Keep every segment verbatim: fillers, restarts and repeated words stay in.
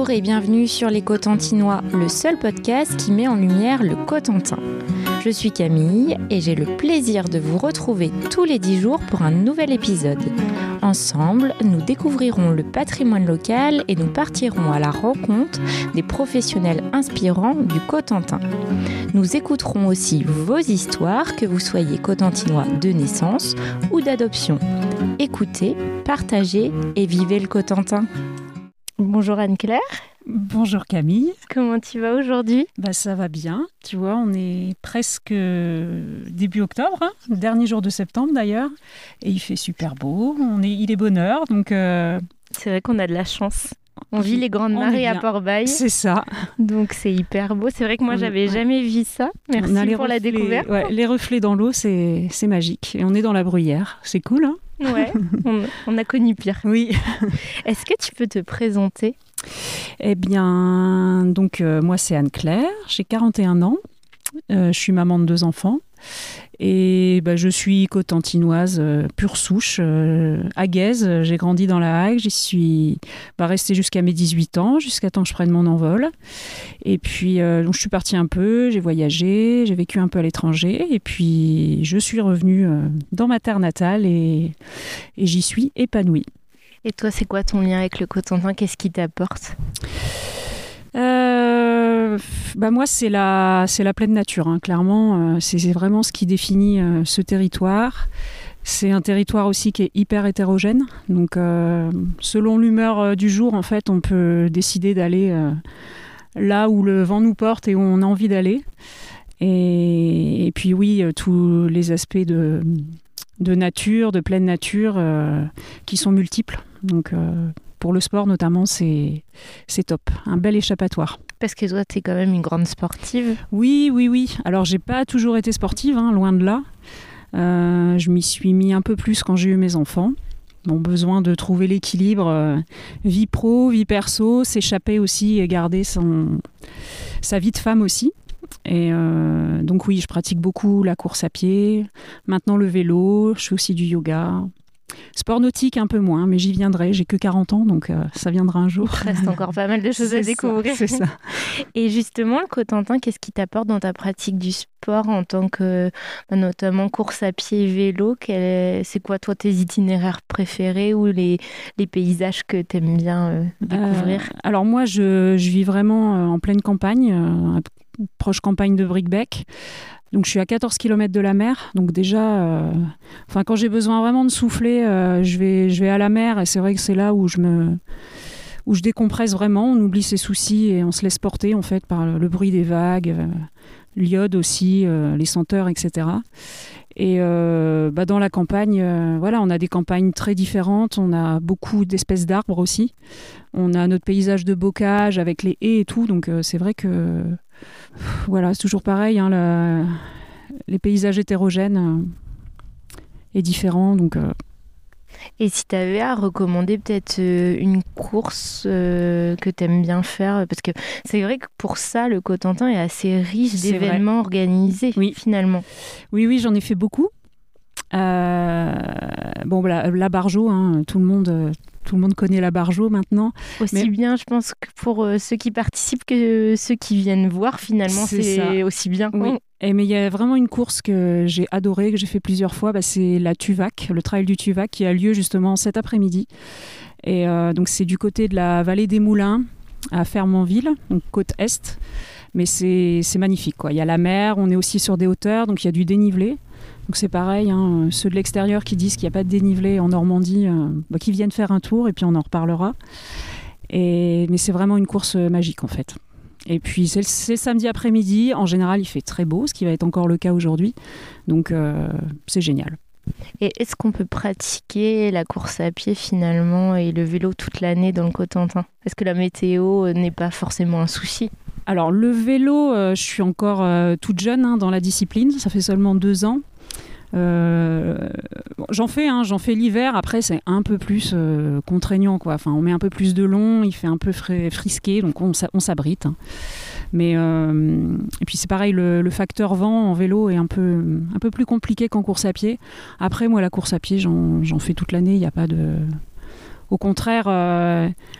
Bonjour et bienvenue sur Les Cotentinois, le seul podcast qui met en lumière le Cotentin. Je suis Camille et j'ai le plaisir de vous retrouver tous les dix jours pour un nouvel épisode. Ensemble, nous découvrirons le patrimoine local et nous partirons à la rencontre des professionnels inspirants du Cotentin. Nous écouterons aussi vos histoires, que vous soyez cotentinois de naissance ou d'adoption. Écoutez, partagez et vivez le Cotentin. Bonjour Anne-Claire. Bonjour Camille. Comment tu vas aujourd'hui ? Bah ça va bien. Tu vois, on est presque début octobre, hein, dernier jour de septembre d'ailleurs, et il fait super beau. On est, il est bonne heure, donc. Euh... C'est vrai qu'on a de la chance. On vit les grandes on marées à Port-Bail. C'est ça. Donc c'est hyper beau. C'est vrai que moi, on, j'avais ouais. jamais vu ça. Merci pour reflets, la découverte. Ouais, les reflets dans l'eau, c'est, c'est magique. Et on est dans la bruyère. C'est cool, hein ? Ouais, on, on a connu pire. Oui. Est-ce que tu peux te présenter ? Eh bien, donc euh, moi c'est Anne-Claire, j'ai quarante et un ans, euh, je suis maman de deux enfants et bah, je suis cotentinoise euh, pure souche, euh, agaise. J'ai grandi dans la Hague, j'y suis bah, restée jusqu'à mes dix-huit ans, jusqu'à temps que je prenne mon envol. Et puis euh, donc, je suis partie un peu, j'ai voyagé, j'ai vécu un peu à l'étranger et puis je suis revenue euh, dans ma terre natale et, et j'y suis épanouie. Et toi, c'est quoi ton lien avec le Cotentin ? Qu'est-ce qui t'apporte ? euh, bah Moi, c'est la, c'est la pleine nature, hein, clairement. Euh, c'est, c'est vraiment ce qui définit euh, ce territoire. C'est un territoire aussi qui est hyper hétérogène. Donc, euh, selon l'humeur euh, du jour, en fait, on peut décider d'aller euh, là où le vent nous porte et où on a envie d'aller. Et, et puis, oui, euh, tous les aspects de... de nature, de pleine nature, euh, qui sont multiples. Donc, euh, pour le sport notamment, c'est, c'est top. Un bel échappatoire. Parce que toi, tu es quand même une grande sportive. Oui, oui, oui. Alors, j'ai pas toujours été sportive, hein, loin de là. Euh, je m'y suis mis un peu plus quand j'ai eu mes enfants. Bon, besoin de trouver l'équilibre, euh, vie pro, vie perso, s'échapper aussi et garder son, sa vie de femme aussi. Et euh, donc oui, je pratique beaucoup la course à pied, maintenant le vélo, je fais aussi du yoga. Sport nautique un peu moins, mais j'y viendrai, j'ai que quarante ans, donc euh, ça viendra un jour. Il reste encore pas mal de choses c'est à découvrir. Ça, c'est ça. Et justement, le Cotentin, qu'est-ce qui t'apporte dans ta pratique du sport en tant que, notamment course à pied et vélo ? Quel, c'est quoi, toi, tes itinéraires préférés ou les, les paysages que tu aimes bien euh, découvrir ? euh, Alors moi, je, je vis vraiment euh, en pleine campagne, euh, proche campagne de Bricbec. Donc je suis à quatorze kilomètres de la mer, donc déjà, euh, enfin quand j'ai besoin vraiment de souffler, euh, je vais, je vais à la mer et c'est vrai que c'est là où je me, où je décompresse vraiment. On oublie ses soucis et on se laisse porter en fait par le, le bruit des vagues, euh, l'iode aussi, euh, les senteurs, et cetera. Et euh, bah dans la campagne, euh, voilà, on a des campagnes très différentes, on a beaucoup d'espèces d'arbres aussi. On a notre paysage de bocage avec les haies et tout, donc euh, c'est vrai que voilà, c'est toujours pareil, hein, la, les paysages hétérogènes euh, et différents. Donc, euh... Et si tu avais à recommander peut-être euh, une course euh, que tu aimes bien faire, parce que c'est vrai que pour ça, le Cotentin est assez riche c'est d'événements vrai. organisés, oui. Finalement. Oui, oui, j'en ai fait beaucoup. Euh, bon, la, la Bargeau, hein, tout le monde... Euh, Tout le monde connaît la Bargeau maintenant. Aussi mais... bien, je pense, que pour euh, ceux qui participent que ceux qui viennent voir, finalement, c'est, c'est aussi bien. Oui. Oh. Et mais il y a vraiment une course que j'ai adorée, que j'ai fait plusieurs fois, bah, c'est la Tuvac, le trail du Tuvac, qui a lieu justement cet après-midi. Et euh, donc c'est du côté de la vallée des Moulins, à Fermanville, donc côte est. Mais c'est, c'est magnifique, quoi. Il y a la mer, on est aussi sur des hauteurs, donc il y a du dénivelé. Donc c'est pareil, hein, ceux de l'extérieur qui disent qu'il n'y a pas de dénivelé en Normandie, euh, bah, qui viennent faire un tour et puis on en reparlera. Et, mais c'est vraiment une course magique en fait. Et puis c'est, c'est samedi après-midi, en général il fait très beau, ce qui va être encore le cas aujourd'hui. Donc euh, c'est génial. Et est-ce qu'on peut pratiquer la course à pied finalement et le vélo toute l'année dans le Cotentin ? Est-ce que la météo n'est pas forcément un souci ? Alors le vélo, euh, je suis encore euh, toute jeune hein, dans la discipline, ça fait seulement deux ans. Euh, bon, j'en fais, hein, j'en fais l'hiver. Après, c'est un peu plus euh, contraignant, quoi. Enfin, on met un peu plus de long, il fait un peu frais, frisqué, donc on, on s'abrite. Hein. Mais euh, et puis c'est pareil, le, le facteur vent en vélo est un peu, un peu plus compliqué qu'en course à pied. Après, moi, la course à pied, j'en, j'en fais toute l'année. Il y a pas de. Au contraire. Euh,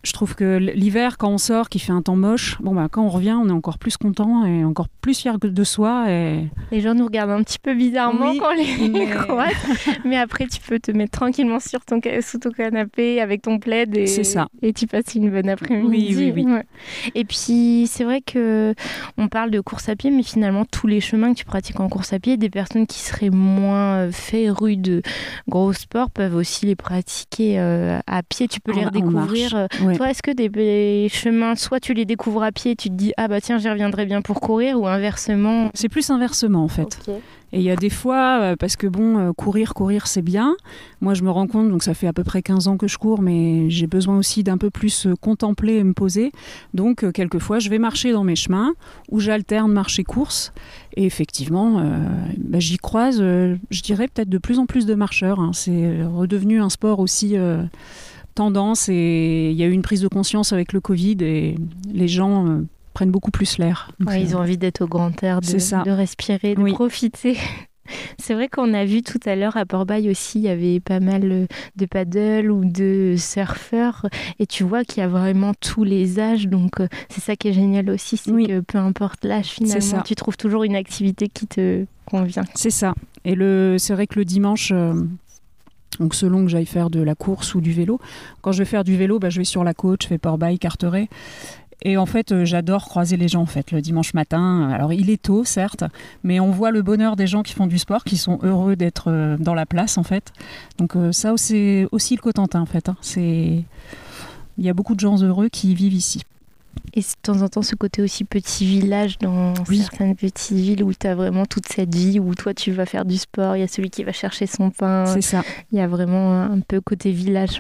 Je trouve que l'hiver, quand on sort, qu'il fait un temps moche, bon bah quand on revient, on est encore plus content et encore plus fier de soi. Et... Les gens nous regardent un petit peu bizarrement oui, quand on les mais... croise, mais après tu peux te mettre tranquillement sur ton, sous ton canapé avec ton plaid et, c'est ça. Et tu passes une bonne après-midi. Oui, oui, oui. Ouais. Et puis c'est vrai qu'on parle de course à pied, mais finalement tous les chemins que tu pratiques en course à pied, des personnes qui seraient moins férues de gros sports peuvent aussi les pratiquer euh, à pied. Tu peux les redécouvrir. Euh, ouais. Toi, est-ce que des, des chemins, soit tu les découvres à pied et tu te dis ah bah tiens j'y reviendrai bien pour courir, ou inversement? C'est plus inversement en fait. Okay. Et il y a des fois, euh, parce que bon, euh, courir, courir c'est bien. Moi je me rends compte, donc ça fait à peu près quinze ans que je cours, mais j'ai besoin aussi d'un peu plus euh, contempler et me poser. Donc euh, quelquefois je vais marcher dans mes chemins, où j'alterne marche-course. Et effectivement, euh, bah, j'y croise, euh, je dirais peut-être de plus en plus de marcheurs. Hein. C'est redevenu un sport aussi... Euh, tendance, et il y a eu une prise de conscience avec le Covid et les gens euh, prennent beaucoup plus l'air. Donc, ouais, ils ont envie d'être au grand air, de, de respirer, de oui. profiter. C'est vrai qu'on a vu tout à l'heure à Port-Bail aussi, il y avait pas mal de paddle ou de surfeurs, et tu vois qu'il y a vraiment tous les âges, donc euh, c'est ça qui est génial aussi, c'est oui. que peu importe l'âge finalement, tu trouves toujours une activité qui te convient. C'est ça. Et le, c'est vrai que le dimanche... Euh, Donc selon que j'aille faire de la course ou du vélo. Quand je vais faire du vélo, bah, je vais sur la côte, je fais Port-Bail, Carteret. Et en fait, euh, j'adore croiser les gens en fait, le dimanche matin. Alors il est tôt, certes, mais on voit le bonheur des gens qui font du sport, qui sont heureux d'être euh, dans la place en fait. Donc euh, ça, c'est aussi le Cotentin en fait. Hein. C'est... Il y a beaucoup de gens heureux qui vivent ici. Et de temps en temps, ce côté aussi petit village dans oui. certaines petites villes où tu as vraiment toute cette vie, où toi tu vas faire du sport, il y a celui qui va chercher son pain. C'est ça. Il y a vraiment un peu côté village.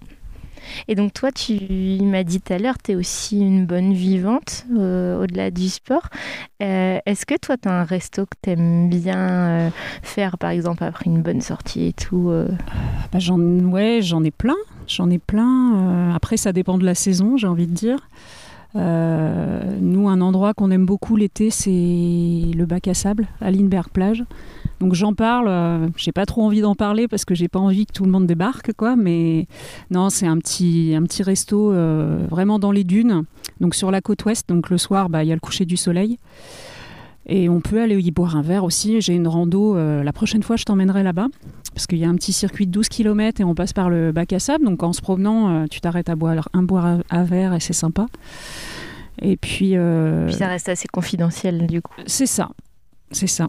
Et donc toi, tu il m'a dit tout à l'heure, tu es aussi une bonne vivante euh, au-delà du sport. Euh, est-ce que toi, tu as un resto que tu aimes bien euh, faire, par exemple, après une bonne sortie et tout euh... bah, j'en, ouais, j'en ai plein. J'en ai plein. Euh, après, ça dépend de la saison, j'ai envie de dire. Euh, nous, un endroit qu'on aime beaucoup l'été, c'est le bac à sable à Lindbergh plage. Donc j'en parle, euh, j'ai pas trop envie d'en parler parce que j'ai pas envie que tout le monde débarque, quoi. Mais non, c'est un petit, un petit resto euh, vraiment dans les dunes, donc sur la côte ouest. Donc le soir, bah, y a le coucher du soleil. Et on peut aller y boire un verre aussi. J'ai une rando, euh, la prochaine fois je t'emmènerai là-bas, parce qu'il y a un petit circuit de douze kilomètres et on passe par le bac à sable. Donc en se promenant, euh, tu t'arrêtes à boire un boire à, à verre et c'est sympa. Et puis, euh... puis ça reste assez confidentiel du coup. C'est ça, c'est ça.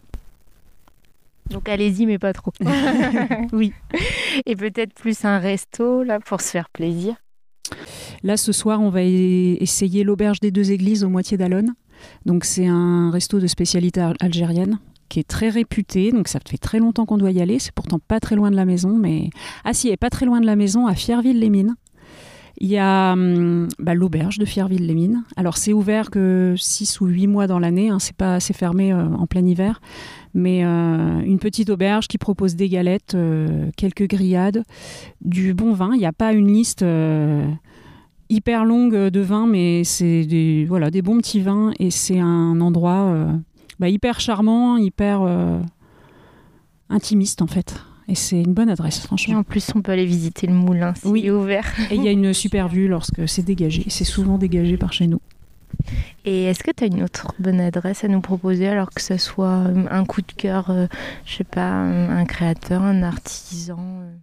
Donc allez-y, mais pas trop. Oui. Et peut-être plus un resto là pour se faire plaisir. Là ce soir, on va e- essayer l'auberge des Deux Églises au Moitié d'Allonne. Donc c'est un resto de spécialité algérienne qui est très réputé, donc ça fait très longtemps qu'on doit y aller, c'est pourtant pas très loin de la maison, mais... Ah si, et pas très loin de la maison, à Fierville-les-Mines. Il y a hum, bah, l'auberge de Fierville-les-Mines. Alors c'est ouvert que six ou huit mois dans l'année, hein, c'est pas assez fermé euh, en plein hiver, mais euh, une petite auberge qui propose des galettes, euh, quelques grillades, du bon vin. Il n'y a pas une liste... Euh, hyper longue de vins, mais c'est des, voilà, des bons petits vins, et c'est un endroit euh, bah, hyper charmant, hyper euh, intimiste en fait. Et c'est une bonne adresse, franchement. Et en plus, on peut aller visiter le moulin s'il oui. est ouvert. Et il y a une super vue lorsque c'est dégagé. C'est souvent dégagé par chez nous. Et est-ce que tu as une autre bonne adresse à nous proposer, alors que ce soit un coup de cœur, euh, je sais pas, un créateur, un artisan euh...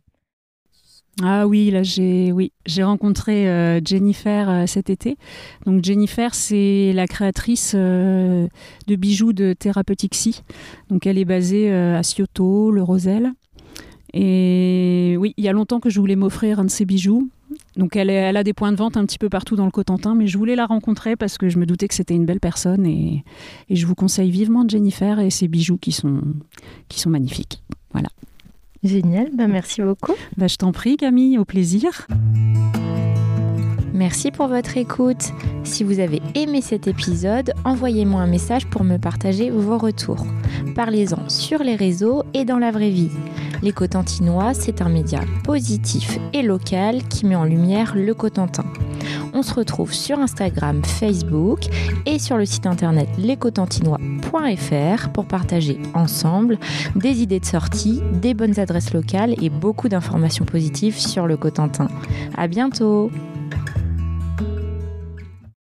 Ah oui, là j'ai oui, j'ai rencontré euh, Jennifer euh, cet été. Donc Jennifer, c'est la créatrice euh, de bijoux de Therapeutixie. Donc elle est basée euh, à Cioto, le Rosel. Et oui, il y a longtemps que je voulais m'offrir un de ses bijoux. Donc elle, est, elle a des points de vente un petit peu partout dans le Cotentin, mais je voulais la rencontrer parce que je me doutais que c'était une belle personne, et, et je vous conseille vivement Jennifer et ses bijoux qui sont, qui sont magnifiques. Voilà. Génial, bah merci beaucoup. Bah je t'en prie Camille, au plaisir. Merci pour votre écoute. Si vous avez aimé cet épisode, envoyez-moi un message pour me partager vos retours. Parlez-en sur les réseaux et dans la vraie vie. Les Cotentinois, c'est un média positif et local qui met en lumière le Cotentin. On se retrouve sur Instagram, Facebook et sur le site internet les cotentinois point f r pour partager ensemble des idées de sortie, des bonnes adresses locales et beaucoup d'informations positives sur le Cotentin. À bientôt!